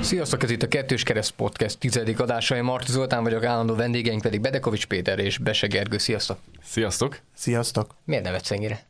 Sziasztok, ez itt a Kettős Kereszt Podcast 10. adása. Én Marti Zoltán vagyok, állandó vendégeink pedig Bedekovics Péter és Bese Gergő. Sziasztok! Sziasztok! Sziasztok! Miért nevetsz ennyire?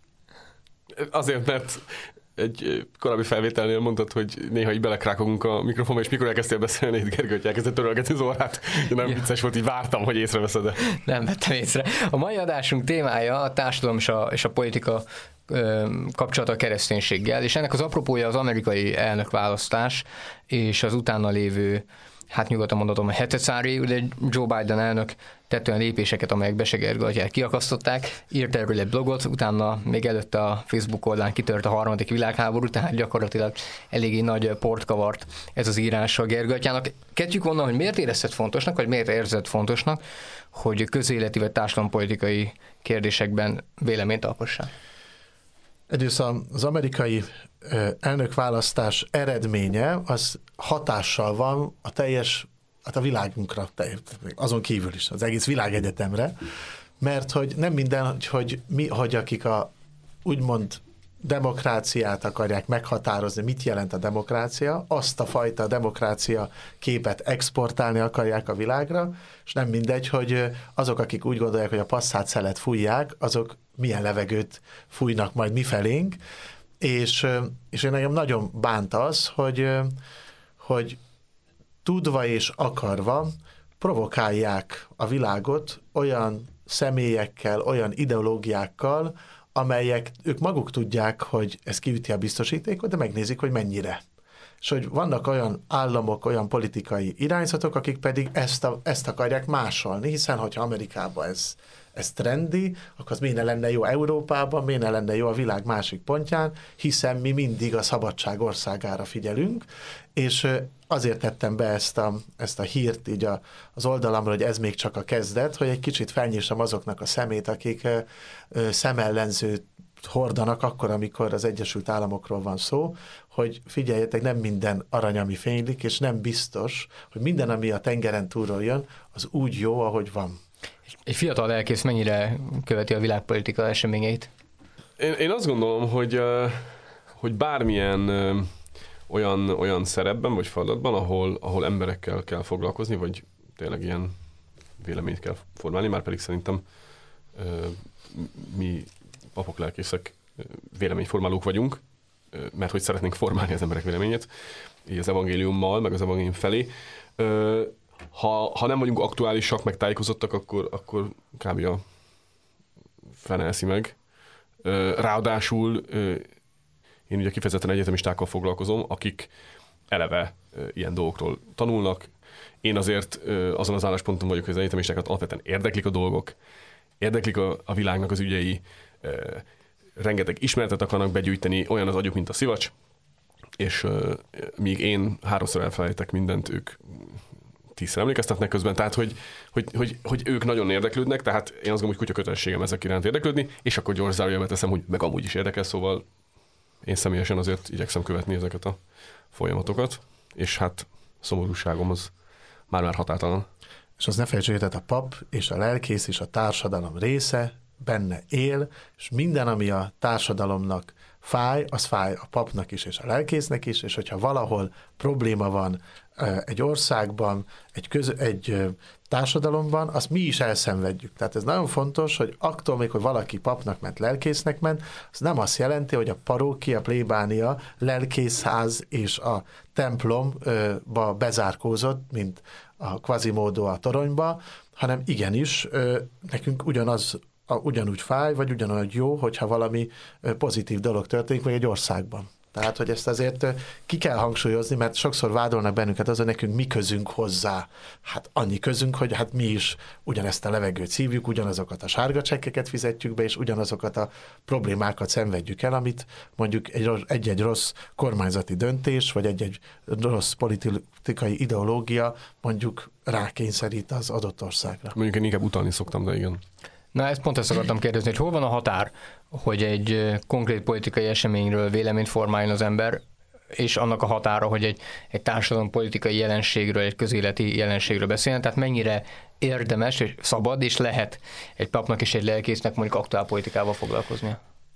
Azért, mert egy korábbi felvételnél mondtad, hogy néha így belekrákogunk a mikrofonba, és mikor elkezdtél beszélni, itt Gergő, hogy elkezdett törölgetni az orrát. Nem vicces volt, így vártam, hogy észreveszed. Nem vettem észre. A mai adásunk témája a társadalom és a politika kapcsolata a kereszténységgel, és ennek az apropója az amerikai elnökválasztás és az utána lévő, hát nyugodtan mondhatom, a hetecári, ugye Joe Biden elnök tett olyan lépéseket, amelyek Bese Gergő atyát kiakasztották, írt erről egy blogot, utána még előtte a Facebook oldalán kitört a harmadik világháború, tehát gyakorlatilag eléggé nagy port kavart ez az írás a Gergő atyának. Kezdjük onnan, hogy miért érezted fontosnak, vagy miért érzed fontosnak, hogy közéleti vagy társadalompolitikai kérdésekben véleményt alkossál? Egyrészt az amerikai elnökválasztás eredménye az hatással van a teljes, hát a világunkra, azon kívül is, az egész világegyetemre, mert hogy nem minden, hogy akik a úgymond demokráciát akarják meghatározni, mit jelent a demokrácia, azt a fajta demokrácia képet exportálni akarják a világra, és nem mindegy, hogy azok, akik úgy gondolják, hogy a passzát szelet fújják, azok milyen levegőt fújnak majd mifelénk, és én engem nagyon bánt az, hogy tudva és akarva provokálják a világot olyan személyekkel, olyan ideológiákkal, amelyek ők maguk tudják, hogy ez kiüti a biztosítékot, de megnézik, hogy mennyire. És hogy vannak olyan államok, olyan politikai irányzatok, akik pedig ezt akarják másolni, hiszen hogyha Amerikában ez trendi, akkor az miért ne lenne jó Európában, miért ne lenne jó a világ másik pontján, hiszen mi mindig a szabadság országára figyelünk, és azért tettem be ezt a hírt így az oldalamra, hogy ez még csak a kezdet, hogy egy kicsit felnyissam azoknak a szemét, akik szemellenzőt hordanak akkor, amikor az Egyesült Államokról van szó, hogy figyeljetek, nem minden arany, ami fénylik, és nem biztos, hogy minden, ami a tengeren túlról jön, az úgy jó, ahogy van. Egy fiatal lelkész mennyire követi a világpolitika eseményeit? Én azt gondolom, hogy bármilyen olyan szerepben vagy feladatban, ahol emberekkel kell foglalkozni, vagy tényleg ilyen véleményt kell formálni, már pedig szerintem mi papok, lelkészek véleményformálók vagyunk, mert hogy szeretnénk formálni az emberek véleményét, így az evangéliummal, meg az evangélium felé. Ha nem vagyunk aktuálisak, meg tájékozottak, akkor kb. A fene eszi meg. Ráadásul én ugye kifejezetten egyetemistákkal foglalkozom, akik eleve ilyen dolgokról tanulnak. Én azért azon az állásponton vagyok, hogy az egyetemistákat alapvetően érdeklik a dolgok, érdeklik a világnak az ügyei, rengeteg ismeretet akarnak begyűjteni, olyan az agyuk, mint a szivacs, és míg én 3-szor elfelejtek mindent, ők 10-szer emlékeztetnek közben, tehát hogy ők nagyon érdeklődnek, tehát én azt gondolom, hogy kutya kötelességem ezek iránt érdeklődni, és akkor gyors zárójelbe teszem, hogy meg amúgy is érdekel, szóval én személyesen azért igyekszem követni ezeket a folyamatokat, és hát szomorúságom az már határtalan. És azt ne felejtsük, hogy a pap és a lelkész és a társadalom része benne él, és minden, ami a társadalomnak fáj, az fáj a papnak is és a lelkésznek is, és hogyha valahol probléma van egy országban, egy társadalomban, azt mi is elszenvedjük. Tehát ez nagyon fontos, hogy attól még, hogy valaki papnak ment, lelkésznek ment, az nem azt jelenti, hogy a parókia, plébánia, lelkészház és a templomba bezárkózott, mint a Quasimodo a toronyba, hanem igenis nekünk ugyanúgy fáj, vagy ugyanúgy jó, hogyha valami pozitív dolog történik meg egy országban. Tehát, hogy ezt azért ki kell hangsúlyozni, mert sokszor vádolnak bennünket az, hogy nekünk mi közünk hozzá. Hát annyi közünk, hogy hát mi is ugyanezt a levegőt szívjuk, ugyanazokat a sárga csekkeket fizetjük be, és ugyanazokat a problémákat szenvedjük el, amit mondjuk egy-egy rossz kormányzati döntés, vagy egy-egy rossz politikai ideológia mondjuk rákényszerít az adott országra. Mondjuk én inkább utalni szoktam, de igen. Na, ezt pont ezt akartam kérdezni, hogy hol van a határ, hogy egy konkrét politikai eseményről véleményt formáljon az ember, és annak a határa, hogy egy társadalom politikai jelenségről, egy közéleti jelenségről beszéljen, tehát mennyire érdemes, és szabad, és lehet egy papnak és egy lelkésznek mondjuk aktuálpolitikával foglalkoznia?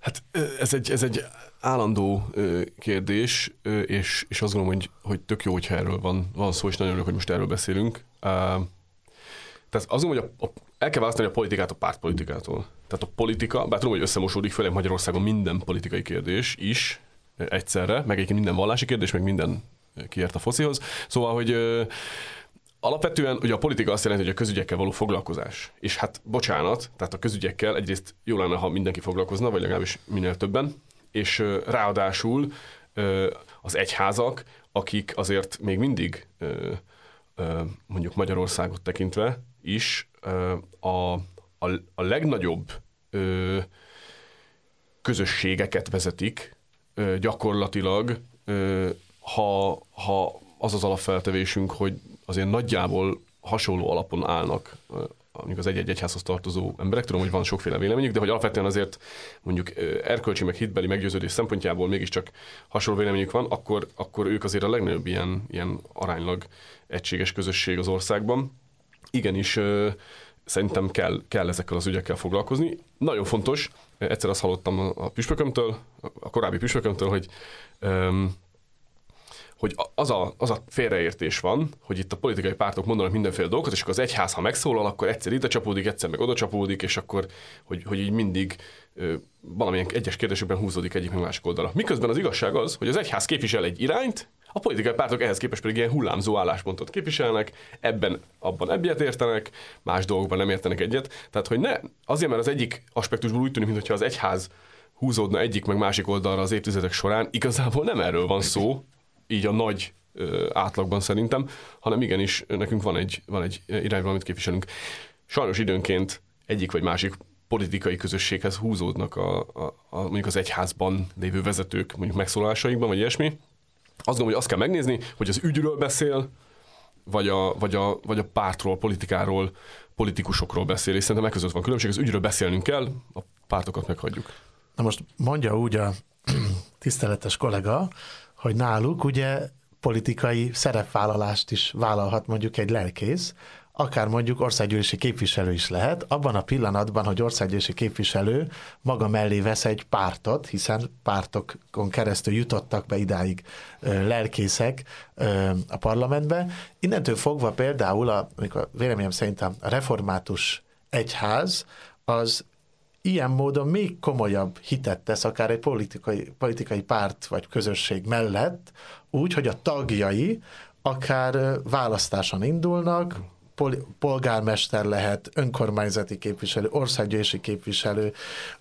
Hát ez egy állandó kérdés, és azt gondolom, hogy tök jó, hogyha erről van szó, és nagyon örülök, hogy most erről beszélünk. Tehát azt gondolom, hogy el kell választani a politikát a pártpolitikától. Tehát a politika, bár tudom, hogy összemosódik, főleg Magyarországon minden politikai kérdés is egyszerre, meg egyébként minden vallási kérdés, meg minden kiért a focihoz. Szóval, hogy alapvetően ugye a politika azt jelenti, hogy a közügyekkel való foglalkozás. És hát bocsánat, tehát a közügyekkel egyrészt jó lenne, ha mindenki foglalkozna, vagy legalábbis minél többen, és ráadásul az egyházak, akik azért még mindig mondjuk Magyarországot tekintve is a legnagyobb közösségeket vezetik gyakorlatilag, ha az az alapfeltevésünk, hogy azért nagyjából hasonló alapon állnak mondjuk az egy-egy egyházhoz tartozó emberek. Tudom, hogy van sokféle véleményük, de hogy alapvetően azért mondjuk erkölcsi meg hitbeli meggyőződés szempontjából mégiscsak hasonló véleményük van, akkor ők azért a legnagyobb ilyen aránylag egységes közösség az országban. Igenis, szerintem kell ezekkel az ügyekkel foglalkozni. Nagyon fontos, egyszer azt hallottam a püspökömtől, a korábbi püspökömtől, hogy az a félreértés van, hogy itt a politikai pártok mondanak mindenféle dolgokat, és akkor az egyház, ha megszólal, akkor egyszer ide csapódik, egyszer meg oda csapódik, és akkor, hogy így mindig valamilyen egyes kérdésekben húzódik egyik meg másik oldala. Miközben az igazság az, hogy az egyház képvisel egy irányt, a politikai pártok ehhez képest pedig ilyen hullámzó álláspontot képviselnek, abban egyet értenek, más dolgokban nem értenek egyet. Tehát, hogy ne, azért, mert az egyik aspektusból úgy tűnik, mintha az egyház húzódna egyik meg másik oldalra az évtizedek során, igazából nem erről van szó, így a nagy átlagban szerintem, hanem igenis nekünk van egy irányban, amit képviselünk. Sajnos időnként egyik vagy másik politikai közösséghez húzódnak mondjuk az egyházban lévő vezetők mondjuk megszólalásaikban, vagy ilyesmi. Azt gondolom, hogy azt kell megnézni, hogy az ügyről beszél, vagy a pártról, politikáról, politikusokról beszél, és szerintem között van különbség, az ügyről beszélnünk kell, a pártokat meghagyjuk. Na most mondja úgy a tiszteletes kollega, hogy náluk ugye politikai szerepvállalást is vállalhat mondjuk egy lelkész, akár mondjuk országgyűlési képviselő is lehet, abban a pillanatban, hogy országgyűlési képviselő maga mellé vesz egy pártot, hiszen pártokon keresztül jutottak be idáig lelkészek a parlamentbe. Innentől fogva például, amikor véleményem szerint a református egyház, az ilyen módon még komolyabb hitet tesz akár egy politikai párt vagy közösség mellett, úgy, hogy a tagjai akár választáson indulnak, polgármester lehet, önkormányzati képviselő, országgyűlési képviselő,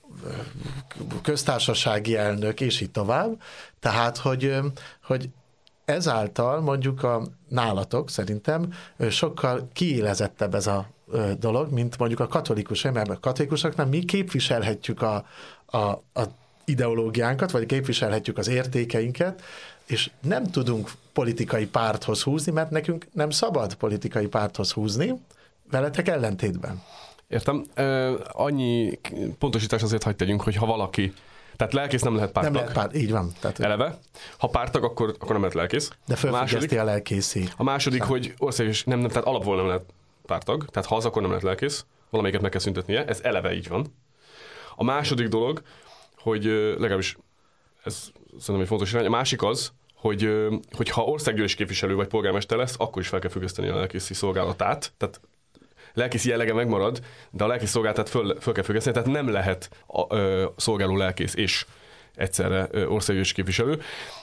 köztársasági elnök, és így tovább. Tehát, hogy ezáltal mondjuk nálatok szerintem sokkal kiélezettebb ez a dolog, mint mondjuk a katolikus, mert a katolikusoknál mi képviselhetjük a ideológiánkat, vagy képviselhetjük az értékeinket, és nem tudunk politikai párthoz húzni, mert nekünk nem szabad politikai párthoz húzni, veletek ellentétben. Értem. Annyi pontosítás azért hadd tegyünk, hogy ha valaki, tehát lelkész nem lehet pártag. Nem lehet párt, így van. Tehát, eleve. Ha pártag, akkor nem lehet lelkész. De felfüggeszti a lelkészi. A második, hogy országos, tehát alapból nem lehet pártag, tehát ha az, akkor nem lehet lelkész. Valamelyiket meg kell szüntetnie, ez eleve így van. A második dolog, hogy legalábbis ez szerintem egy fontos irány. A másik az, hogy ha országgyűlési képviselő vagy polgármester lesz, akkor is fel kell függeszteni a lelkészi szolgálatát. Tehát lelkészi jellege megmarad, de a lelkészi szolgálatát föl kell függeszteni, tehát nem lehet szolgáló lelkész és egyszerre országgyűlési képviselő.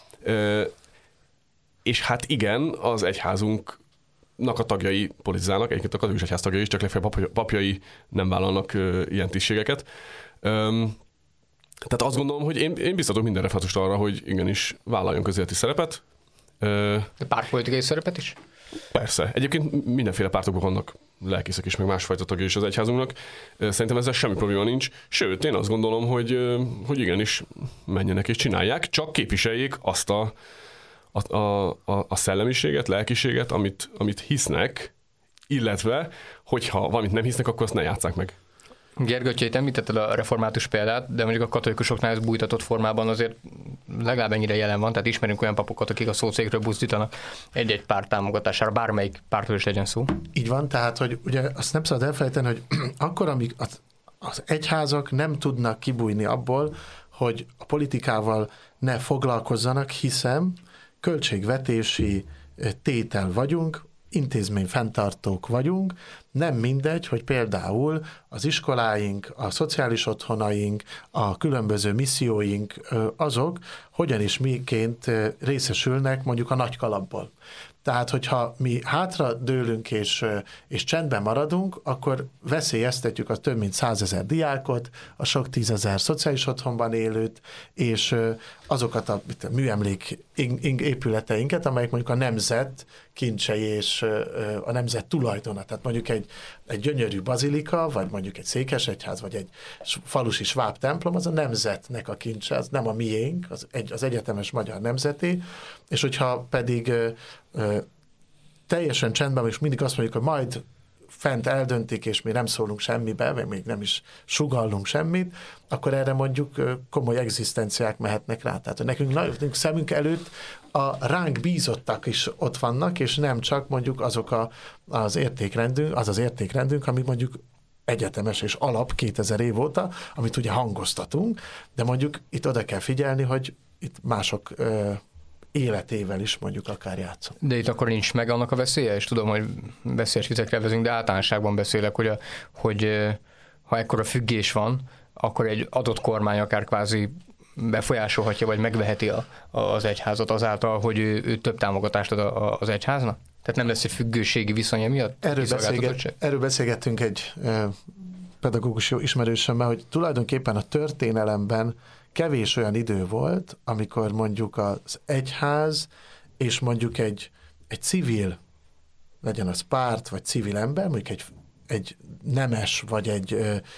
És hát igen, az egyházunknak a tagjai politizálnak, egyébként a katolikus egyház tagjai is, csak legfeljebb papjai nem vállalnak ilyen tisztségeket. Tehát azt gondolom, hogy én biztatok minden reformátust arra, hogy igenis vállaljon közéleti szerepet. Pártpolitikai szerepet is? Persze. Egyébként mindenféle pártokban vannak lelkészek is, meg másfajta tagjai is az egyházunknak. Szerintem ezzel semmi probléma nincs. Sőt, én azt gondolom, hogy igenis menjenek és csinálják, csak képviseljék azt a szellemiséget, lelkiséget, amit hisznek, illetve, hogyha valamit nem hisznek, akkor azt ne játsszák meg. Gergő, itt említetted a református példát, de mondjuk a katolikusoknál ez bújtatott formában azért legalább ennyire jelen van, tehát ismerünk olyan papokat, akik a szócégről buzdítanak egy-egy párt támogatására, bármelyik pártról is legyen szó. Így van, tehát, hogy ugye azt nem szabad elfelejteni, hogy akkor, amíg az egyházak nem tudnak kibújni abból, hogy a politikával ne foglalkozzanak, hiszen költségvetési tétel vagyunk, intézményfenntartók vagyunk, nem mindegy, hogy például az iskoláink, a szociális otthonaink, a különböző misszióink, azok hogyan és miként részesülnek mondjuk a nagy kalapból. Tehát, hogyha mi hátra dőlünk és csendben maradunk, akkor veszélyeztetjük a több mint 100 000 diákot, a sok 10 000 szociális otthonban élőt, és azokat a műemlék épületeinket, amelyek mondjuk a nemzet kincsei és a nemzet tulajdona. Tehát mondjuk egy gyönyörű bazilika, vagy mondjuk egy székesegyház, vagy egy falusi sváb templom, az a nemzetnek a kincse, az nem a miénk, az egyetemes magyar nemzeté, és hogyha pedig teljesen csendben, és mindig azt mondjuk, hogy majd fent eldöntik, és mi nem szólunk semmibe, vagy még nem is sugallunk semmit, akkor erre mondjuk komoly egzisztenciák mehetnek rá. Tehát nekünk szemünk előtt a ránk bízottak is ott vannak, és nem csak mondjuk azok az értékrendünk, ami mondjuk egyetemes és alap 2000 év óta, amit ugye hangoztatunk, de mondjuk itt oda kell figyelni, hogy itt mások életével is mondjuk akár játszom. De itt akkor nincs meg annak a veszélye, és tudom, hogy veszélyes vizekre vezünk, de általánosságban beszélek, hogy ha ekkora függés van, akkor egy adott kormány akár kvázi befolyásolhatja, vagy megveheti az egyházat azáltal, hogy ő több támogatást ad az egyháznak? Tehát nem lesz egy függőségi viszony emiatt? Erről beszélgettünk egy pedagógus ismerősömmel, hogy tulajdonképpen a történelemben kevés olyan idő volt, amikor mondjuk az egyház és mondjuk egy civil, legyen az párt, vagy civil ember, mondjuk egy nemes, vagy egy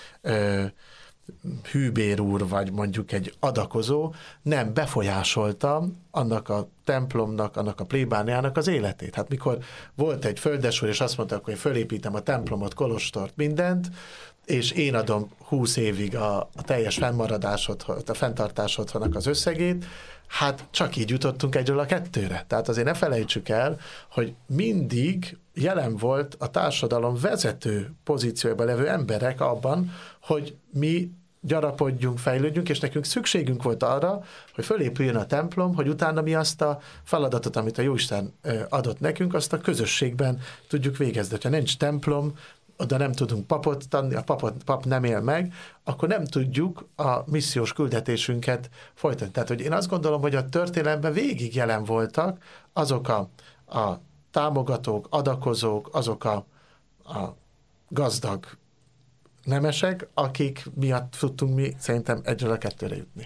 hűbér úr, vagy mondjuk egy adakozó nem befolyásolta annak a templomnak, annak a plébániának az életét. Hát mikor volt egy földesúr, és azt mondta, hogy fölépítem a templomot, kolostort, mindent, és én adom 20 évig a teljes a fenntartásodnak az összegét, hát csak így jutottunk egyről a kettőre. Tehát azért ne felejtsük el, hogy mindig jelen volt a társadalom vezető pozícióban levő emberek abban, hogy mi gyarapodjunk, fejlődjünk, és nekünk szükségünk volt arra, hogy fölépüljön a templom, hogy utána mi azt a feladatot, amit a Jóisten adott nekünk, azt a közösségben tudjuk végezni. Ha nincs templom, oda nem tudunk papot tanni, pap nem él meg, akkor nem tudjuk a missziós küldetésünket folytatni. Tehát, hogy én azt gondolom, hogy a történelemben végig jelen voltak azok a támogatók, adakozók, azok a gazdag nemesek, akik miatt tudtunk mi szerintem egyről a kettőre jutni.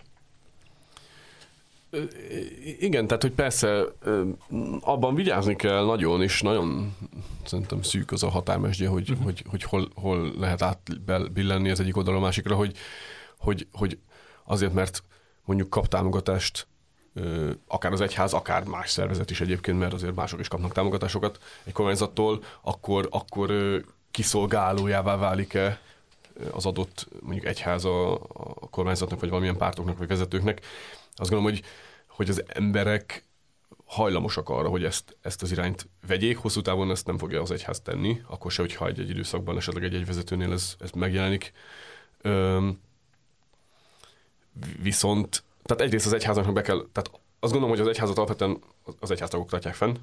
Igen, tehát, hogy persze abban vigyázni kell nagyon, és nagyon szerintem szűk az a határmesdje, hogy hol lehet átbillenni az egyik oldalon a másikra, hogy azért, mert mondjuk kap támogatást akár az egyház, akár más szervezet is egyébként, mert azért mások is kapnak támogatásokat egy kormányzattól, akkor kiszolgálójává válik-e az adott mondjuk egyház a kormányzatnak, vagy valamilyen pártoknak, vagy vezetőknek. Azt gondolom, hogy az emberek hajlamosak arra, hogy ezt az irányt vegyék, hosszú távon ezt nem fogja az egyház tenni, akkor se, hogyha egy időszakban esetleg egy vezetőnél ez megjelenik. Viszont, tehát egyrészt az egyháznak be kell, tehát azt gondolom, hogy az egyházat alapvetően az egyháztagok tartják fenn,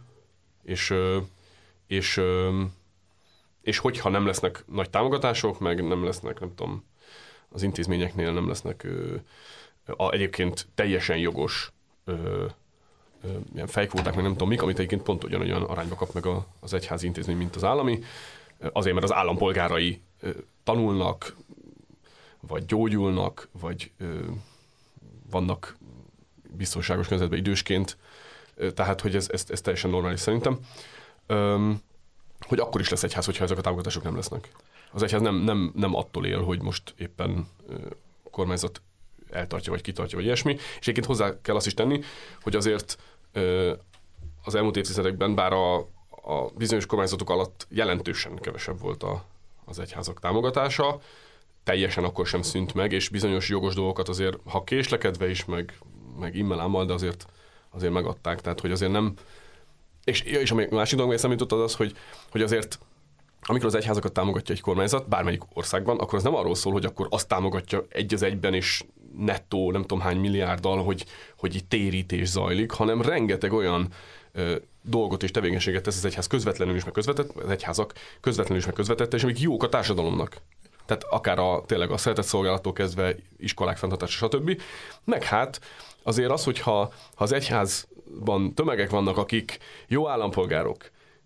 és hogyha nem lesznek nagy támogatások, meg nem lesznek, nem tudom, az intézményeknél nem lesznek egyébként teljesen jogos ilyen fejkvóták, meg nem tudom mik, amit egyébként pont ugyanolyan arányba kap meg az egyházi intézmény, mint az állami, azért, mert az állampolgárai tanulnak, vagy gyógyulnak, vagy vannak biztonságos környezetben idősként, tehát, hogy ez teljesen normális szerintem, hogy akkor is lesz egyház, hogyha ezek a támogatások nem lesznek. Az egyház nem attól él, hogy most éppen kormányzat eltartja, vagy kitartja, vagy ilyesmi. És egyébként hozzá kell azt is tenni, hogy azért az elmúlt évtizedekben, bár a bizonyos kormányzatok alatt jelentősen kevesebb volt az egyházak támogatása, teljesen akkor sem szűnt meg, és bizonyos jogos dolgokat azért, ha késlekedve is, meg immelámmal, de azért megadták. Tehát, hogy azért nem... És a másik dolog, eszembe jutott az, hogy azért amikor az egyházakat támogatja egy kormányzat, bármelyik országban, akkor az nem arról szól, hogy akkor azt támogatja egy az egyben, és nettó nem tudom hány milliárddal, hogy itt térítés zajlik, hanem rengeteg olyan dolgot és tevékenységet tesz az egyház közvetlenül is az egyházak közvetlenül is megközvetette, és amik jók a társadalomnak. Tehát akár tényleg a szeretetszolgálattól kezdve iskolák fenntartása, stb. Meg hát azért az, hogyha az egyházban tömegek vannak, akik jó állampolgárok,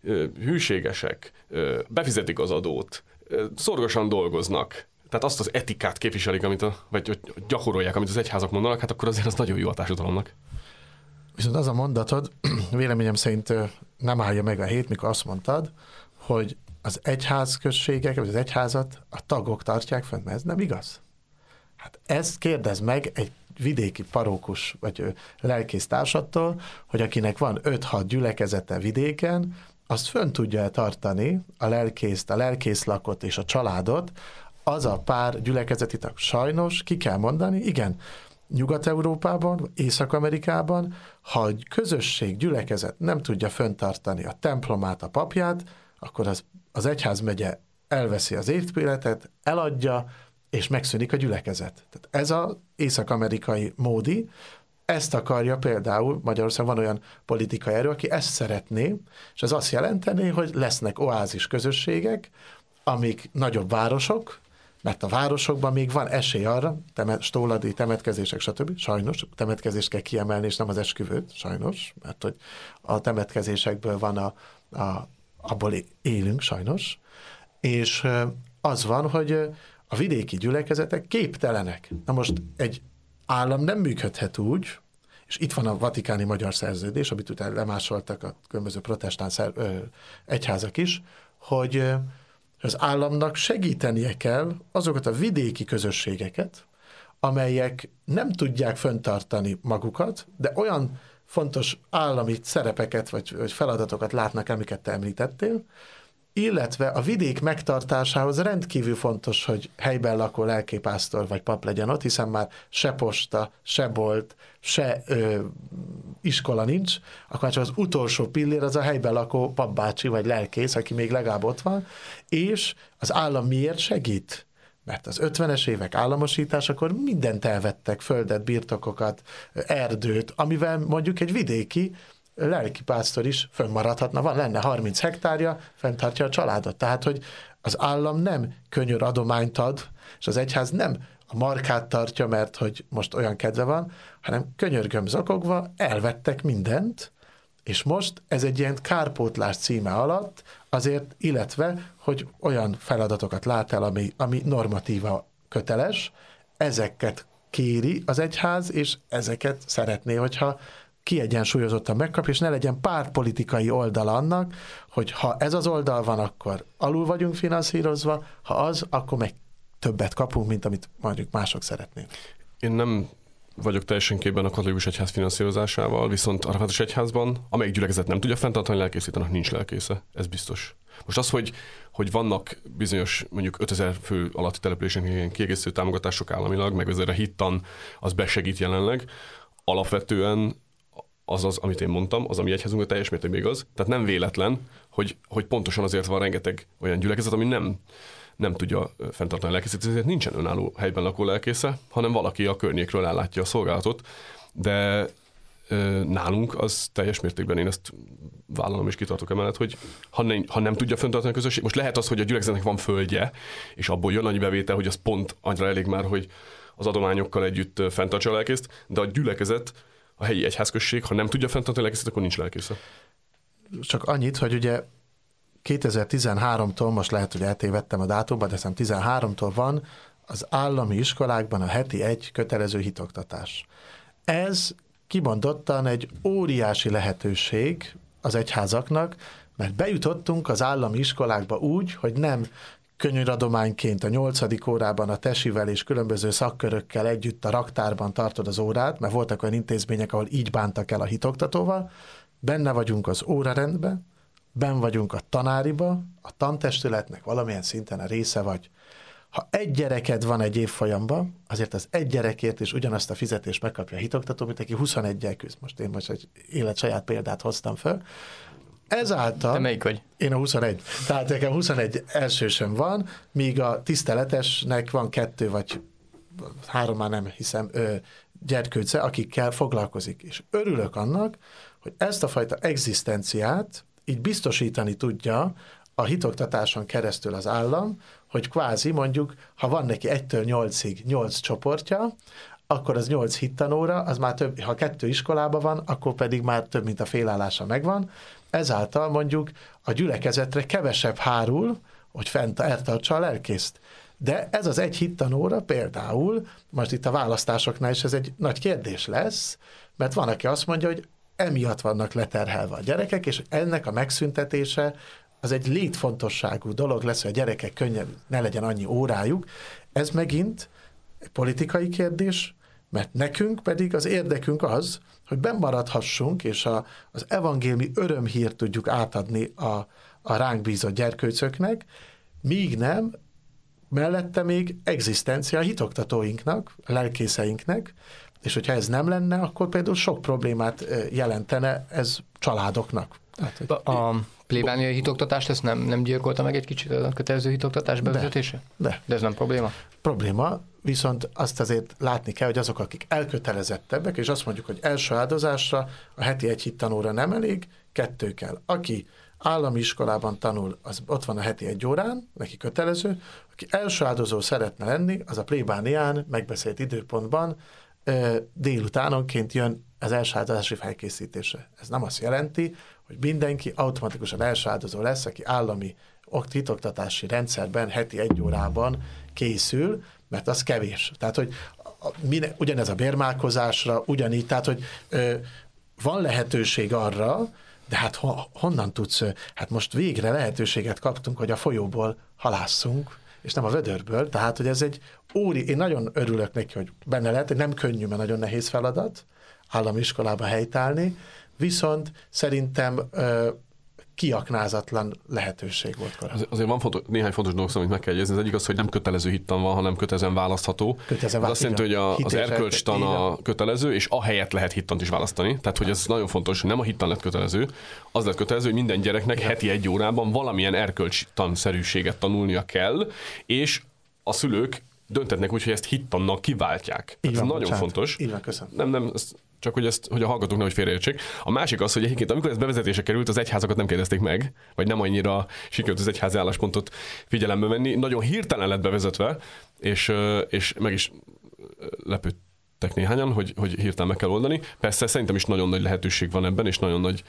hűségesek, befizetik az adót, szorgosan dolgoznak, tehát azt az etikát képviselik, vagy gyakorolják, amit az egyházak mondanak, hát akkor azért az nagyon jó a társadalomnak. Viszont az a mondatod, véleményem szerint nem állja meg a hét, mikor azt mondtad, hogy az egyházközségek, vagy az egyházat a tagok tartják fent, mert ez nem igaz. Hát ezt kérdezd meg egy vidéki parókus, vagy lelkész társattól, hogy akinek van 5-6 gyülekezete vidéken, azt fönn tudja tartani a lelkészt, a lelkészlakot és a családot, az a pár gyülekezeti tag. Sajnos ki kell mondani, igen, Nyugat-Európában, Észak-Amerikában, ha egy közösség, gyülekezet nem tudja fenntartani a templomát, a papját, akkor az egyházmegye elveszi az épületet, eladja, és megszűnik a gyülekezet. Tehát ez az észak-amerikai módi, ezt akarja például, Magyarországon van olyan politikai erő, aki ezt szeretné, és ez azt jelenteni, hogy lesznek oázis közösségek, amik nagyobb városok, mert a városokban még van esély arra, stóladi temetkezések, stb. Sajnos, temetkezést kell kiemelni, és nem az esküvőt, sajnos, mert hogy a temetkezésekből van abból élünk, sajnos, és az van, hogy a vidéki gyülekezetek képtelenek. Na most egy állam nem működhet úgy, és itt van a vatikáni magyar szerződés, amit utána lemásoltak a különböző protestáns egyházak is, hogy az államnak segítenie kell azokat a vidéki közösségeket, amelyek nem tudják fenntartani magukat, de olyan fontos állami szerepeket vagy feladatokat látnak, amiket te említettél, illetve a vidék megtartásához rendkívül fontos, hogy helyben lakó lelkipásztor vagy pap legyen ott, hiszen már se posta, se bolt, se iskola nincs, akkor csak az utolsó pillér az a helyben lakó papbácsi vagy lelkész, aki még legalább ott van, és az állam miért segít? Mert az 50-es évek államosításakor mindent elvettek, földet, birtokokat, erdőt, amivel mondjuk egy vidéki lelkipásztor is fönnmaradhatna, lenne 30 hektárja, fenntartja a családot. Tehát, hogy az állam nem könyör adományt ad, és az egyház nem a markát tartja, mert hogy most olyan kedve van, hanem könyörgöm zokogva elvettek mindent, és most ez egy ilyen kárpótlás címe alatt azért, illetve, hogy olyan feladatokat lát el, ami normatíva köteles, ezeket kéri az egyház, és ezeket szeretné, hogyha kiegyensúlyozottan megkap, és ne legyen pártpolitikai oldal annak, hogy ha ez az oldal van, akkor alul vagyunk finanszírozva, ha az, akkor meg többet kapunk, mint amit mondjuk mások szeretnének. Én nem vagyok teljesen képben a katolikus egyház finanszírozásával, viszont a református egyházban, amelyik gyülekezet nem tudja fenntartani lelkészét, annak nincs lelkésze. Ez biztos. Most az, hogy vannak bizonyos mondjuk 5000 fő alatti településen kiegészítő támogatások államilag, meg azért a hittan az besegít jelenleg, alapvetően az, amit én mondtam, az, ami egyházunkban teljes mértékben igaz. Tehát nem véletlen, hogy pontosan azért van rengeteg olyan gyülekezet, ami nem tudja fenntartani a lelkészét, ezért nincsen önálló helyben lakó lelkésze, hanem valaki a környékről ellátja a szolgálatot. De nálunk az teljes mértékben, én ezt vállalom és kitartok emellett, hogy ha nem tudja fenntartani a közösség, most lehet az, hogy a gyülekezetnek van földje, és abból jön annyi bevétel, hogy az pont annyira elég már, hogy az adományokkal együtt fenntartsa a lelkészt, de a gyülekezet, a helyi egyházközség, ha nem tudja fenntartani a lelkészet, akkor nincs lelkésze. Csak annyit, hogy ugye 2013-tól, most lehet, hogy eltévedtem a dátumban, de hiszem 13-tól van az állami iskolákban a heti egy kötelező hitoktatás. Ez kimondottan egy óriási lehetőség az egyházaknak, mert bejutottunk az állami iskolákba úgy, hogy nem könyöradományként a 8. órában a tesivel és különböző szakkörökkel együtt a raktárban tartod az órát, mert voltak olyan intézmények, ahol így bántak el a hitoktatóval, benne vagyunk az órarendben, benn vagyunk a tanáriba, a tantestületnek valamilyen szinten a része vagy. Ha egy gyereked van egy évfolyamban, azért az egy gyerekért is ugyanazt a fizetést megkapja a hitoktató, mint aki 21-jel küzd. Most én egy élet saját példát hoztam föl. Ezáltal... Te melyik vagy? Én a 21. Tehát nekem 21 elsősöm van, míg a tiszteletesnek van 2 vagy 3 már nem hiszem, gyerkőce, akikkel foglalkozik. És örülök annak, hogy ezt a fajta egzisztenciát így biztosítani tudja a hitoktatáson keresztül az állam, hogy kvázi mondjuk, ha van neki 1-től 8-ig 8 csoportja, akkor az 8 hittanóra, az már több, ha 2 iskolában van, akkor pedig már több, mint a félállása megvan. Ezáltal mondjuk a gyülekezetre kevesebb hárul, hogy fent eltartsa a lelkészt. De ez az 1 hittanóra például, most itt a választásoknál is ez egy nagy kérdés lesz, mert van, aki azt mondja, hogy emiatt vannak leterhelve a gyerekek, és ennek a megszüntetése az egy létfontosságú dolog lesz, hogy a gyerekek könnyebb, ne legyen annyi órájuk. Ez megint egy politikai kérdés, mert nekünk pedig az érdekünk az, hogy bennmaradhassunk, és az evangéliumi örömhírt tudjuk átadni a ránk bízott gyerkőcöknek, míg nem, mellette még egzisztencia a hitoktatóinknak, a lelkészeinknek, és hogyha ez nem lenne, akkor például sok problémát jelentene ez családoknak. A plébániai hitoktatást ezt nem gyilkolta meg egy kicsit a kötelező hitoktatás bevezetése? De ez nem probléma? Probléma, viszont azt azért látni kell, hogy azok, akik elkötelezettebbek, és azt mondjuk, hogy első áldozásra a heti 1 hittanóra nem elég, 2 kell. Aki állami iskolában tanul, az ott van a heti 1 órán, neki kötelező. Aki első áldozó szeretne lenni, az a plébánián megbeszélt időpontban délutánonként jön az első áldozási felkészítésre. Ez nem azt jelenti, hogy mindenki automatikusan első áldozó lesz, aki állami hitoktatási rendszerben heti 1 órában készül, mert az kevés. Tehát, hogy ugyanez a bérmálkozásra, ugyanígy, tehát, hogy van lehetőség arra, de hát honnan tudsz, hát most végre lehetőséget kaptunk, hogy a folyóból halásszunk, és nem a vödörből, tehát, hogy ez egy én nagyon örülök neki, hogy benne lehet, hogy nem könnyű, mert nagyon nehéz feladat állami iskolába helytállni, viszont szerintem kiaknázatlan lehetőség volt korábban. Azért van néhány fontos dolog, amit meg kell jegyezni. Az egyik az, hogy nem kötelező hittan van, hanem kötelezően választható. Ez azt jelenti, hogy az erkölcstan a kötelező, és ahelyett lehet hittant is választani. Tehát, hogy ez nagyon fontos, hogy nem a hittan lett kötelező, az lett kötelező, hogy minden gyereknek heti 1 órában valamilyen erkölcstanszerűséget tanulnia kell, és a szülők döntetnek úgy, hogy ezt hittannak kiváltják. Ez nagyon fontos. Így van, köszönöm. Nem, csak hogy a hallgatók nehogy félreértsék. A másik az, hogy egyébként amikor ez bevezetése került, az egyházakat nem kérdezték meg, vagy nem annyira sikerült az egyházi álláspontot figyelembe venni. Nagyon hirtelen lett bevezetve, és meg is lepődtek néhányan, hogy hirtelen meg kell oldani. Persze szerintem is nagyon nagy lehetőség van ebben, és nagyon nagy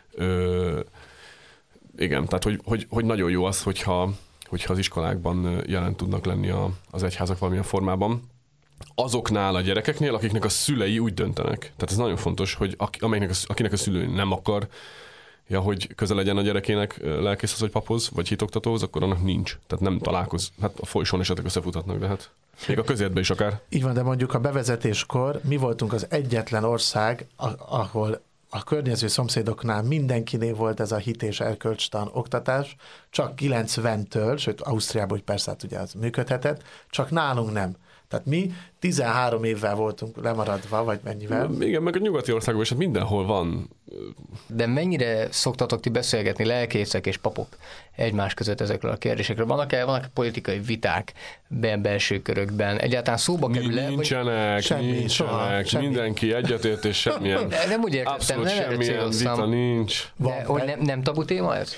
igen, tehát hogy nagyon jó az, hogyha az iskolákban jelen tudnak lenni az egyházak valamilyen formában. Azoknál a gyerekeknél, akiknek a szülei úgy döntenek. Tehát ez nagyon fontos, hogy akinek a szülő nem akar, hogy közel legyen a gyerekének lelkészhez vagy paphoz, vagy hitoktatóhoz, akkor annak nincs. Tehát nem találkoz. Hát a folyosón esetek összefutatnak, de hát még a közértben is akár. Így van, de mondjuk a bevezetéskor mi voltunk az egyetlen ország, ahol a környező szomszédoknál mindenkinél volt ez a hit és erkölcstan oktatás, csak 90-től, sőt Ausztriában, hogy persze hát ugye az működhetett, csak nálunk nem. Tehát mi 13 évvel voltunk lemaradva, vagy mennyivel? Igen, meg a nyugati országban is hát mindenhol van. De mennyire szoktatok ti beszélgetni lelkészek és papok egymás között ezekről a kérdésekről? Vannak politikai viták belső körökben? Egyáltalán szóba kerül-e? Nincsenek. Mindenki egyetért, és semmilyen. Nem úgy értettem, abszolút semmilyen vita nincs. De hogy nem tabu téma ez?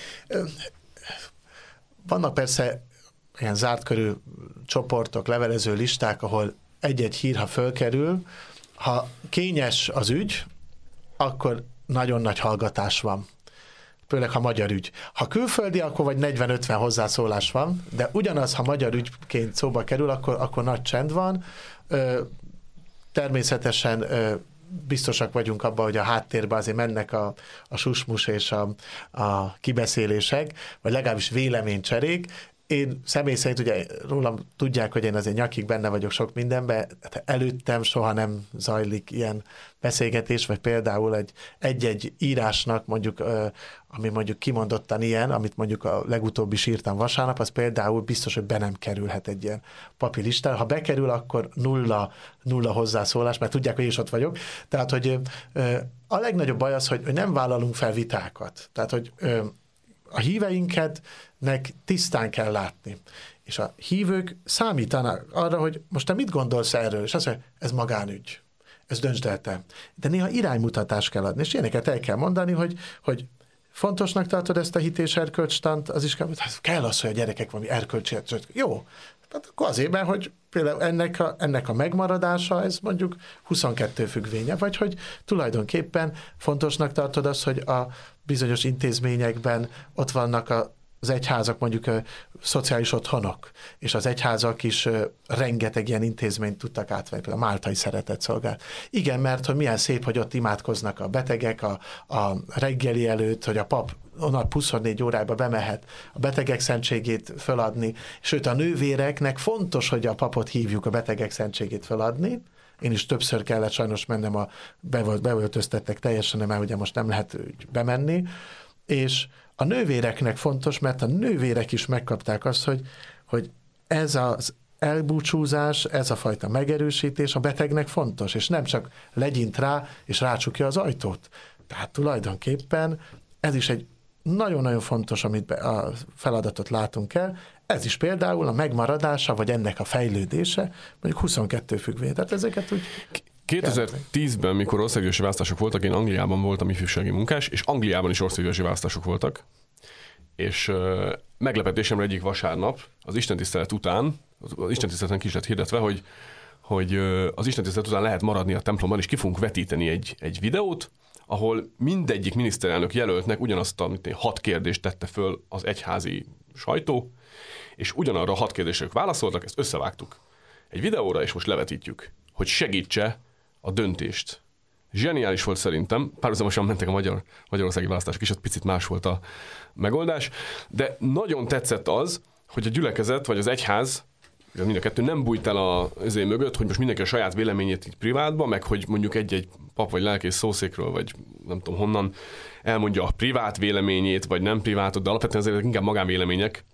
Vannak persze ilyen zárt körű csoportok, levelező listák, ahol egy-egy hír, ha fölkerül, ha kényes az ügy, akkor nagyon nagy hallgatás van. Főleg, ha magyar ügy. Ha külföldi, akkor vagy 40-50 hozzászólás van, de ugyanaz, ha magyar ügyként szóba kerül, akkor nagy csend van. Természetesen biztosak vagyunk abban, hogy a háttérben azért mennek a susmus és a kibeszélések, vagy legalábbis véleménycserék. Én személy szerint ugye rólam tudják, hogy én azért nyakig benne vagyok sok mindenben, előttem soha nem zajlik ilyen beszélgetés, vagy például egy-egy írásnak mondjuk, ami mondjuk kimondottan ilyen, amit mondjuk a legutóbbi is írtam vasárnap, az például biztos, hogy be nem kerülhet egy ilyen papírlistára. Ha bekerül, akkor nulla hozzászólás, mert tudják, hogy én is ott vagyok. Tehát, hogy a legnagyobb baj az, hogy nem vállalunk fel vitákat. Tehát, hogy a híveinknek tisztán kell látni. És a hívők számítanak arra, hogy most te mit gondolsz erről, és azt mondja, ez magánügy, ez döntsd el te. De néha iránymutatást kell adni, és ilyeneket el kell mondani, hogy fontosnak tartod ezt a hit és erkölcstant, az is kell az, hogy a gyerekek valami erkölcsi. Jó, tehát akkor azért, mert hogy például ennek a megmaradása, ez mondjuk 22 függvénye, vagy hogy tulajdonképpen fontosnak tartod azt, hogy a bizonyos intézményekben ott vannak az egyházak, mondjuk szociális otthonok, és az egyházak is rengeteg ilyen intézményt tudtak átvenni, például a máltai szeretetszolgálat. Igen, mert hogy milyen szép, hogy ott imádkoznak a betegek a reggeli előtt, hogy a pap onnan 24 órába bemehet a betegek szentségét feladni, sőt a nővéreknek fontos, hogy a papot hívjuk a betegek szentségét feladni. Én is többször kellett sajnos mennem, beöltöztettek teljesen, mert ugye most nem lehet bemenni, és a nővéreknek fontos, mert a nővérek is megkapták azt, hogy ez az elbúcsúzás, ez a fajta megerősítés a betegnek fontos, és nem csak legyint rá, és rácsukja az ajtót. Tehát tulajdonképpen ez is egy nagyon-nagyon fontos, amit a feladatot látunk el, ez is például a megmaradása, vagy ennek a fejlődése, mondjuk 22 függvény. Tehát ezeket úgy... 2010-ben, mikor országgyűlési választások voltak, én Angliában voltam ifjúsági munkás, és Angliában is országgyűlési választások voltak, és meglepetésemre egyik vasárnap, az istentisztelet után, az istentiszteleten ki is lett hirdetve, hogy az istentisztelet után lehet maradni a templomban, és ki fogunk vetíteni egy videót, ahol mindegyik miniszterelnök jelöltnek ugyanazt a 6 kérdést tette föl az egyházi sajtó, és ugyanarra a 6 kérdésre válaszoltak, ezt összevágtuk egy videóra, és most levetítjük, hogy segítse a döntést. Zseniális volt szerintem, párhuzamosan mentek a magyarországi választások is, ott picit más volt a megoldás, de nagyon tetszett az, hogy a gyülekezet vagy az egyház, mind a kettő nem bújt el az mögött, hogy most mindenki a saját véleményét így privátba, meg hogy mondjuk egy pap vagy lelkész szószékről, vagy nem tudom honnan elmondja a privát véleményét, vagy nem privátot, de alapvetően ezek inkább magánvélemények,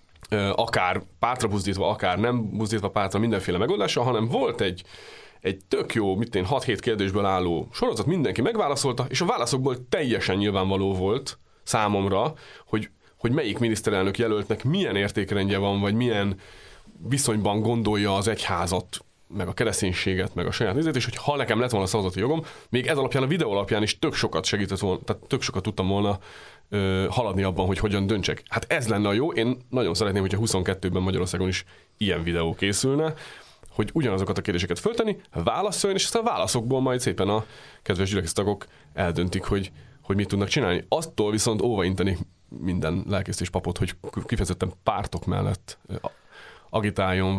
akár pártra buzdítva, akár nem buzdítva pártra, mindenféle megoldással, hanem volt egy tök jó, 6-7 kérdésből álló sorozat, mindenki megválaszolta, és a válaszokból teljesen nyilvánvaló volt számomra, hogy melyik miniszterelnök jelöltnek milyen értékrendje van, vagy milyen viszonyban gondolja az egyházat, meg a kereszténységet, meg a saját nézét, és hogy ha nekem lett volna szavazati jogom, még ez alapján, a videó alapján is tök sokat segített volna, tehát tök sokat tudtam volna haladni abban, hogy hogyan döntsek. Hát ez lenne a jó, én nagyon szeretném, hogyha 22-ben Magyarországon is ilyen videó készülne, hogy ugyanazokat a kérdéseket föltenni, válaszoljon, és aztán a válaszokból majd szépen a kedves gyülekeztagok eldöntik, hogy mit tudnak csinálni. Attól viszont óvainteni minden lelkészt és papot, hogy kifejezetten pártok mellett agitáljon,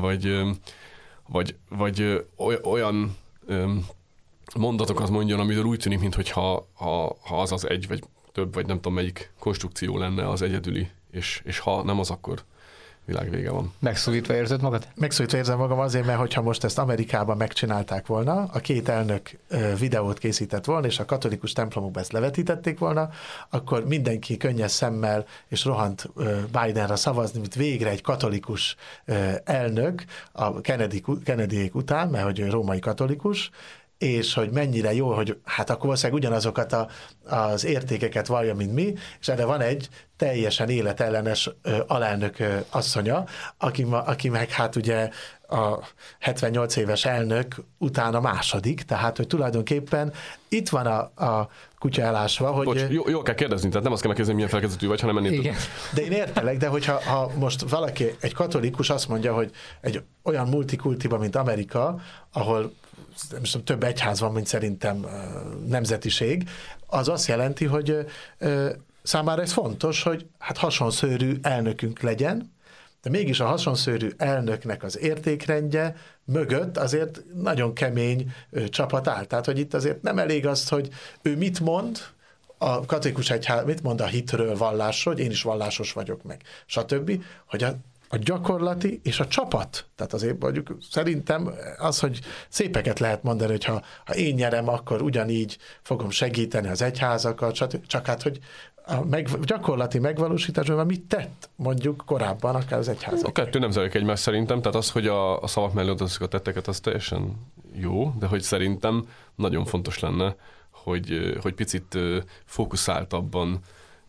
vagy olyan mondatokat mondjon, amitől úgy tűnik, mintha az az egy, vagy több, vagy nem tudom melyik konstrukció lenne az egyedüli, és ha nem az, akkor világ vége van. Megszólítva érzed magad? Megszólítva érzem magam azért, mert hogyha most ezt Amerikában megcsinálták volna, a 2 elnök videót készített volna, és a katolikus templomokban ezt levetítették volna, akkor mindenki könnyes szemmel és rohant Bidenra szavazni, mint végre egy katolikus elnök a Kennedyék után, mert hogy ő római katolikus, és hogy mennyire jó, hogy hát akkor valószínűleg ugyanazokat az értékeket vallja, mint mi, és erre van egy teljesen életellenes alelnök asszonya, aki meg hát ugye a 78 éves elnök után a második, tehát hogy tulajdonképpen itt van a kutya elásva, hogy... Bocs, jól kell kérdezni, tehát nem azt kell megkérdezni, milyen felkezdetű vagy, hanem ennél Igen. De én értelek, de hogyha most valaki, egy katolikus azt mondja, hogy egy olyan multikultiba, mint Amerika, ahol nem tudom, több egyház van, mint szerintem nemzetiség, az azt jelenti, hogy számára ez fontos, hogy hát hasonszőrű elnökünk legyen, de mégis a hasonszőrű elnöknek az értékrendje mögött azért nagyon kemény csapat áll. Tehát, hogy itt azért nem elég az, hogy ő mit mond, a katolikus egyház mit mond a hitről, vallásról, hogy én is vallásos vagyok meg, stb., hogy a gyakorlati és a csapat. Tehát azért mondjuk szerintem az, hogy szépeket lehet mondani, hogy ha én nyerem, akkor ugyanígy fogom segíteni az egyházakat, csak hát, hogy a gyakorlati megvalósításban mit tett mondjuk korábban akár az egyházak. A kettő nem zajlik egymás szerintem, tehát az, hogy a szavak mellé odazzuk a tetteket, az teljesen jó, de hogy szerintem nagyon fontos lenne, hogy picit fókuszáltabban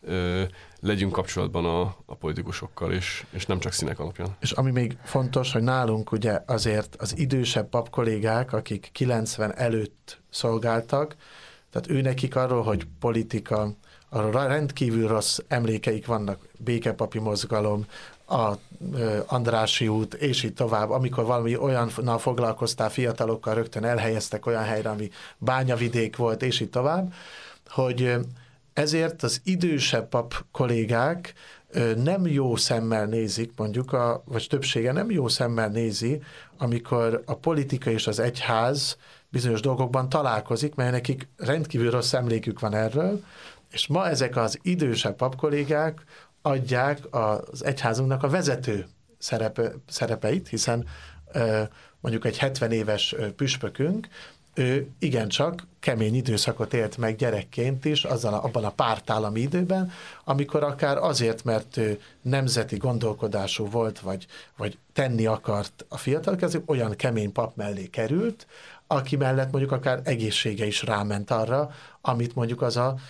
legyünk kapcsolatban a politikusokkal, és nem csak színek alapján. És ami még fontos, hogy nálunk ugye azért az idősebb pap kollégák, akik 90 előtt szolgáltak, tehát őnekik arról, hogy politika, arról rendkívül rossz emlékeik vannak, békepapi mozgalom, a Andrássy út, és így tovább, amikor valami olyannal foglalkoztál fiatalokkal, rögtön elhelyeztek olyan helyre, ami bányavidék volt, és így tovább, hogy ezért az idősebb pap kollégák nem jó szemmel nézik, mondjuk, vagy többsége nem jó szemmel nézi, amikor a politika és az egyház bizonyos dolgokban találkozik, mert nekik rendkívül rossz emlékük van erről, és ma ezek az idősebb papkollégák adják az egyházunknak a vezető szerepeit, hiszen mondjuk egy 70 éves püspökünk, ő igencsak kemény időszakot élt meg gyerekként is, abban a pártállami időben, amikor akár azért, mert ő nemzeti gondolkodású volt, vagy tenni akart a fiatalok, olyan kemény pap mellé került, aki mellett mondjuk akár egészsége is ráment arra, amit mondjuk az a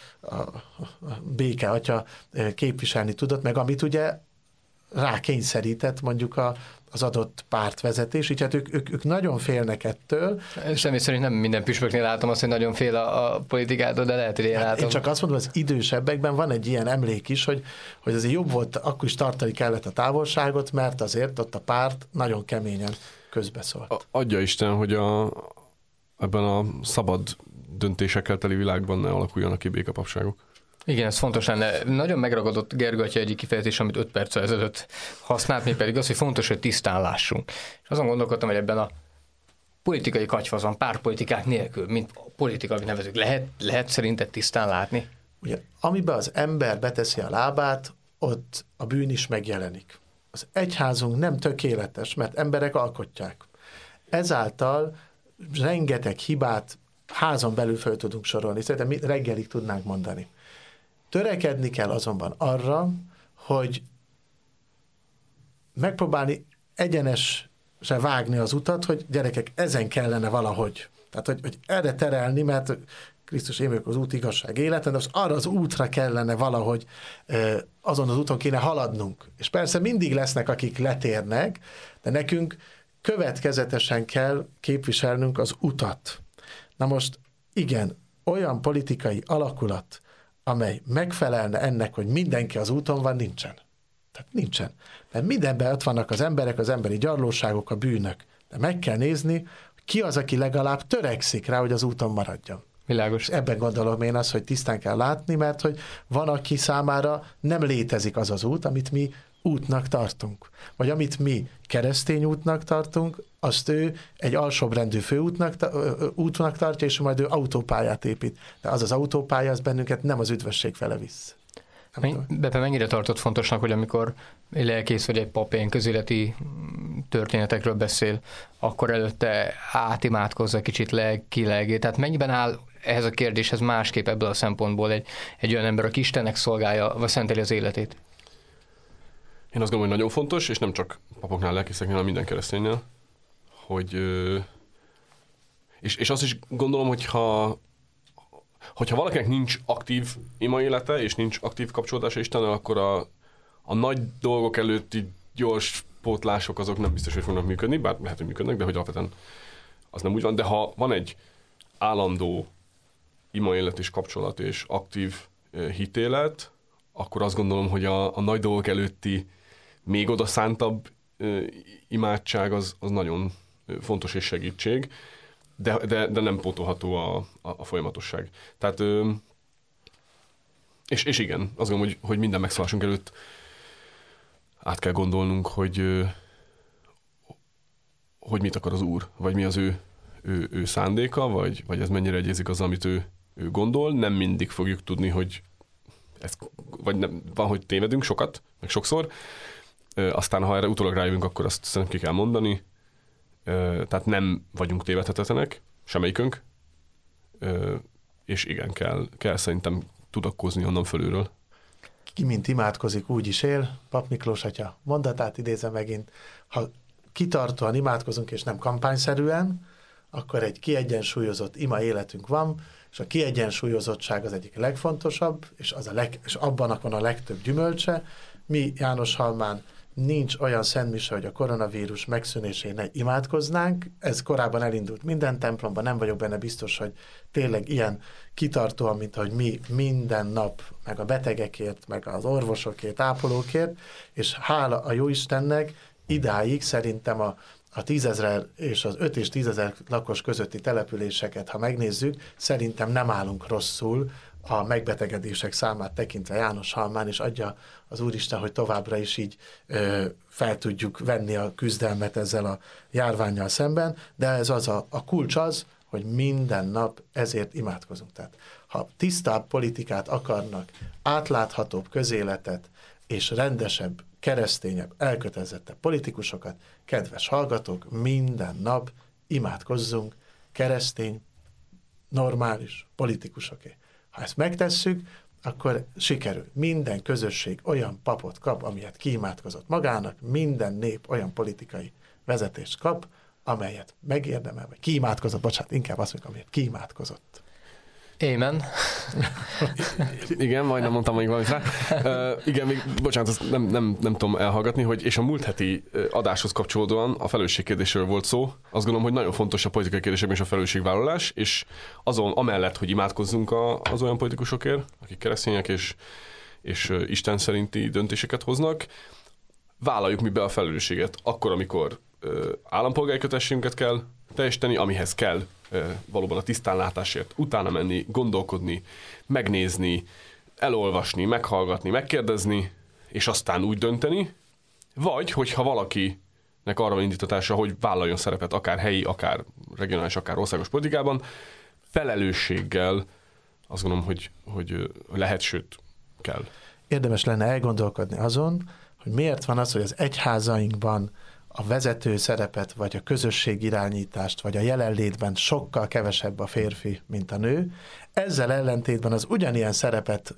béke atya képviselni tudott, meg amit ugye rákényszerített mondjuk az adott pártvezetés, így hát ők nagyon félnek ettől. Semmi szerint nem minden püspöknél látom azt, hogy nagyon fél a politikától, de lehet, hogy én látom. Én csak azt mondom, az idősebbekben van egy ilyen emlék is, hogy azért jobb volt, akkor is tartani kellett a távolságot, mert azért ott a párt nagyon keményen közbeszólt. Adja Isten, hogy ebben a szabad döntésekkel teli világban ne alakuljanak ki békepapságok. Igen, ez fontos lenne. Nagyon megragadott Gergő atya egyik kifejezés, amit 5 perccel ezelőtt használt, még pedig az, hogy fontos, hogy tisztán lássunk. És azon gondolkodtam, hogy ebben a politikai katyfazon, pártpolitikák nélkül, mint a politika, amit nevezünk, lehet szerinted tisztán látni? Ugye, amiben az ember beteszi a lábát, ott a bűn is megjelenik. Az egyházunk nem tökéletes, mert emberek alkotják. Ezáltal rengeteg hibát házon belül föl tudunk sorolni. Szerintem mi reggelig tudnánk mondani. Törekedni kell azonban arra, hogy megpróbálni egyenesre vágni az utat, hogy gyerekek, ezen kellene valahogy. Tehát, hogy erre terelni, mert Krisztus én vagyok az út, igazság, életen, de az arra az útra kellene valahogy, azon az úton kéne haladnunk. És persze mindig lesznek, akik letérnek, de nekünk következetesen kell képviselnünk az utat. Na most igen, olyan politikai alakulat, amely megfelelne ennek, hogy mindenki az úton van, nincsen. Tehát nincsen. Mert mindenben ott vannak az emberek, az emberi gyarlóságok, a bűnök. De meg kell nézni, ki az, aki legalább törekszik rá, hogy az úton maradjon. Világos. Ebben gondolom én azt, hogy tisztán kell látni, mert hogy van, aki számára nem létezik az az út, amit mi útnak tartunk. Vagy amit mi keresztény útnak tartunk, azt ő egy alsóbbrendű útnak tartja, és majd ő autópályát épít. De az az autópálya, az bennünket nem az üdvösség fele visz. Beppe, mennyire tartott fontosnak, hogy amikor egy lelkész vagy egy pap ilyen közéleti történetekről beszél, akkor előtte átimádkozza kicsit lelkileg. Tehát mennyiben áll ehhez a kérdéshez másképp ebből a szempontból egy olyan ember, aki Istennek szolgálja, vagy szenteli az életét? Én azt gondolom, hogy nagyon fontos, és nem csak papoknál, lelkészeknél, hanem minden kereszténynél, hogy és azt is gondolom, hogyha valakinek nincs aktív ima élete, és nincs aktív kapcsolódása Istennel, akkor a nagy dolgok előtti gyors pótlások azok nem biztos, hogy fognak működni, bár lehet, hogy működnek, de hogy alapvetően az nem úgy van. De ha van egy állandó ima élet és kapcsolat és aktív hitélet, akkor azt gondolom, hogy a nagy dolgok előtti még odaszántabb imádság az nagyon fontos és segítség, de nem pótolható a folyamatosság. Tehát, és igen, azt gondolom, hogy minden megszólásunk előtt át kell gondolnunk, hogy mit akar az Úr, vagy mi az ő szándéka, vagy ez mennyire egyezik az, amit ő gondol. Nem mindig fogjuk tudni, hogy vagy nem, van, hogy tévedünk sokat, meg sokszor. Aztán, ha erre utólag rájövünk, akkor azt szerintem ki kell mondani. Tehát nem vagyunk tévedhetetlenek, semmelyikünk. És igen, kell szerintem tudakozni onnan fölülről. Ki mint imádkozik, úgy is él. Pap Miklós atya mondatát idézem megint. Ha kitartóan imádkozunk, és nem kampányszerűen, akkor egy kiegyensúlyozott ima életünk van, és a kiegyensúlyozottság az egyik legfontosabb, és abban van a legtöbb gyümölcse. Mi Jánoshalmán nincs olyan szentmise, hogy a koronavírus megszűnésén ne imádkoznánk. Ez korábban elindult minden templomban, nem vagyok benne biztos, hogy tényleg ilyen kitartóan, mint ahogy mi minden nap, meg a betegekért, meg az orvosokért, ápolókért, és hála a Jóistennek, idáig szerintem a 10 000 és az 5 és 10 000 lakos közötti településeket, ha megnézzük, szerintem nem állunk rosszul a megbetegedések számát tekintve Jánoshalmán, és adja az Úristen, hogy továbbra is így fel tudjuk venni a küzdelmet ezzel a járvánnyal szemben, de ez a kulcs az, hogy minden nap ezért imádkozunk. Tehát ha tisztább politikát akarnak, átláthatóbb közéletet és rendesebb, keresztényebb, elkötelezettebb politikusokat, kedves hallgatók, minden nap imádkozzunk keresztény, normális politikusokért. Ha ezt megtesszük, akkor sikerül. Minden közösség olyan papot kap, amilyet kiimádkozott magának, minden nép olyan politikai vezetést kap, amelyet megérdemel, vagy kiimádkozott, inkább azt mondjuk, amelyet kiimádkozott. Amen. Igen, majdnem mondtam még valamit rá. Igen, még, bocsánat, azt nem tudom elhallgatni, hogy és a múlt heti adáshoz kapcsolódóan a felelősségkérdésről volt szó. Azt gondolom, hogy nagyon fontos a politikai kérdésekben is a felelősségvállalás, és azon amellett, hogy imádkozzunk az olyan politikusokért, akik keresztények és Isten szerinti döntéseket hoznak, vállaljuk mi be a felelősséget akkor, amikor állampolgári kötelességünket kell teljesíteni, amihez kell valóban a tisztánlátásért utána menni, gondolkodni, megnézni, elolvasni, meghallgatni, megkérdezni, és aztán úgy dönteni, vagy hogyha valakinek arra van indítatása, hogy vállaljon szerepet akár helyi, akár regionális, akár országos politikában, felelősséggel azt gondolom, hogy lehet, sőt kell. Érdemes lenne elgondolkodni azon, hogy miért van az, hogy az egyházainkban a vezető szerepet, vagy a közösség irányítást, vagy a jelenlétben sokkal kevesebb a férfi, mint a nő. Ezzel ellentétben az ugyanilyen szerepet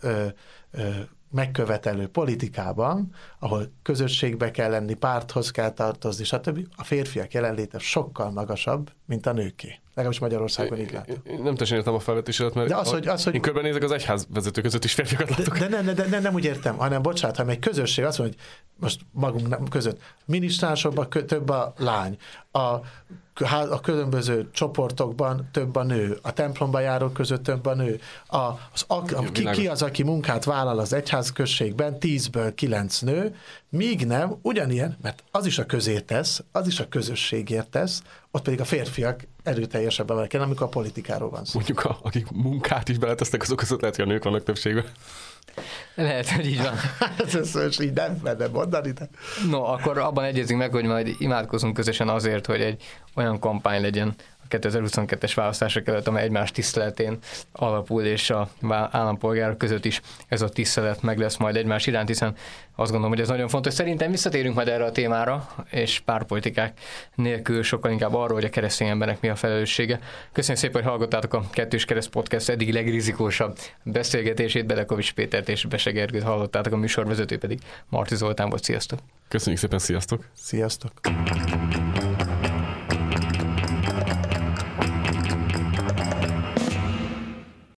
megkövetelő politikában, ahol közösségbe kell lenni, párthoz kell tartozni, stb. A férfiak jelenléte sokkal magasabb, mint a nőké. Legalábbis Magyarországon így látom. Én nem teljesen értem a felvetésedet, mert hogy én körbenézek, az egyházvezető között is férfiakat látok. De nem úgy értem, hanem bocsánat, ha egy közösség azt mondja, hogy most magunk között minisztránsokban több a lány, a különböző csoportokban több a nő, a templomba járók között több a nő, ki az, aki munkát vállal az egyházközségben, 10-ből 9 nő, míg nem, ugyanilyen, mert az is a közért tesz, az is a közösségért tesz, ott pedig a férfiak erőteljesebben vannak, amikor a politikáról van szó. Mondjuk, akik munkát is beletesznek, azok között lehet, hogy a nők vannak többségben. Lehet, hogy így van. Ez így nem menne mondani, de... No, akkor abban egyezünk meg, hogy majd imádkozunk közösen azért, hogy egy olyan kampány legyen a 2022-es választások előtt, amely egymás tiszteletén alapul, és az állampolgárok között is ez a tisztelet meg lesz majd egymás iránt, hiszen azt gondolom, hogy ez nagyon fontos. Szerintem visszatérünk majd erre a témára, és pártpolitikák nélkül sokkal inkább arról, hogy a keresztény embernek mi a felelőssége. Köszönjük szépen, hogy hallgattátok a Kettős Kereszt Podcast eddig legrizikósabb beszélgetését. Belekovics Pétert és Bese Gergőt hallottátok, a műsorvezető pedig Marti Zoltán volt. Sziasztok! Köszönjük szépen, sziasztok! Sziasztok!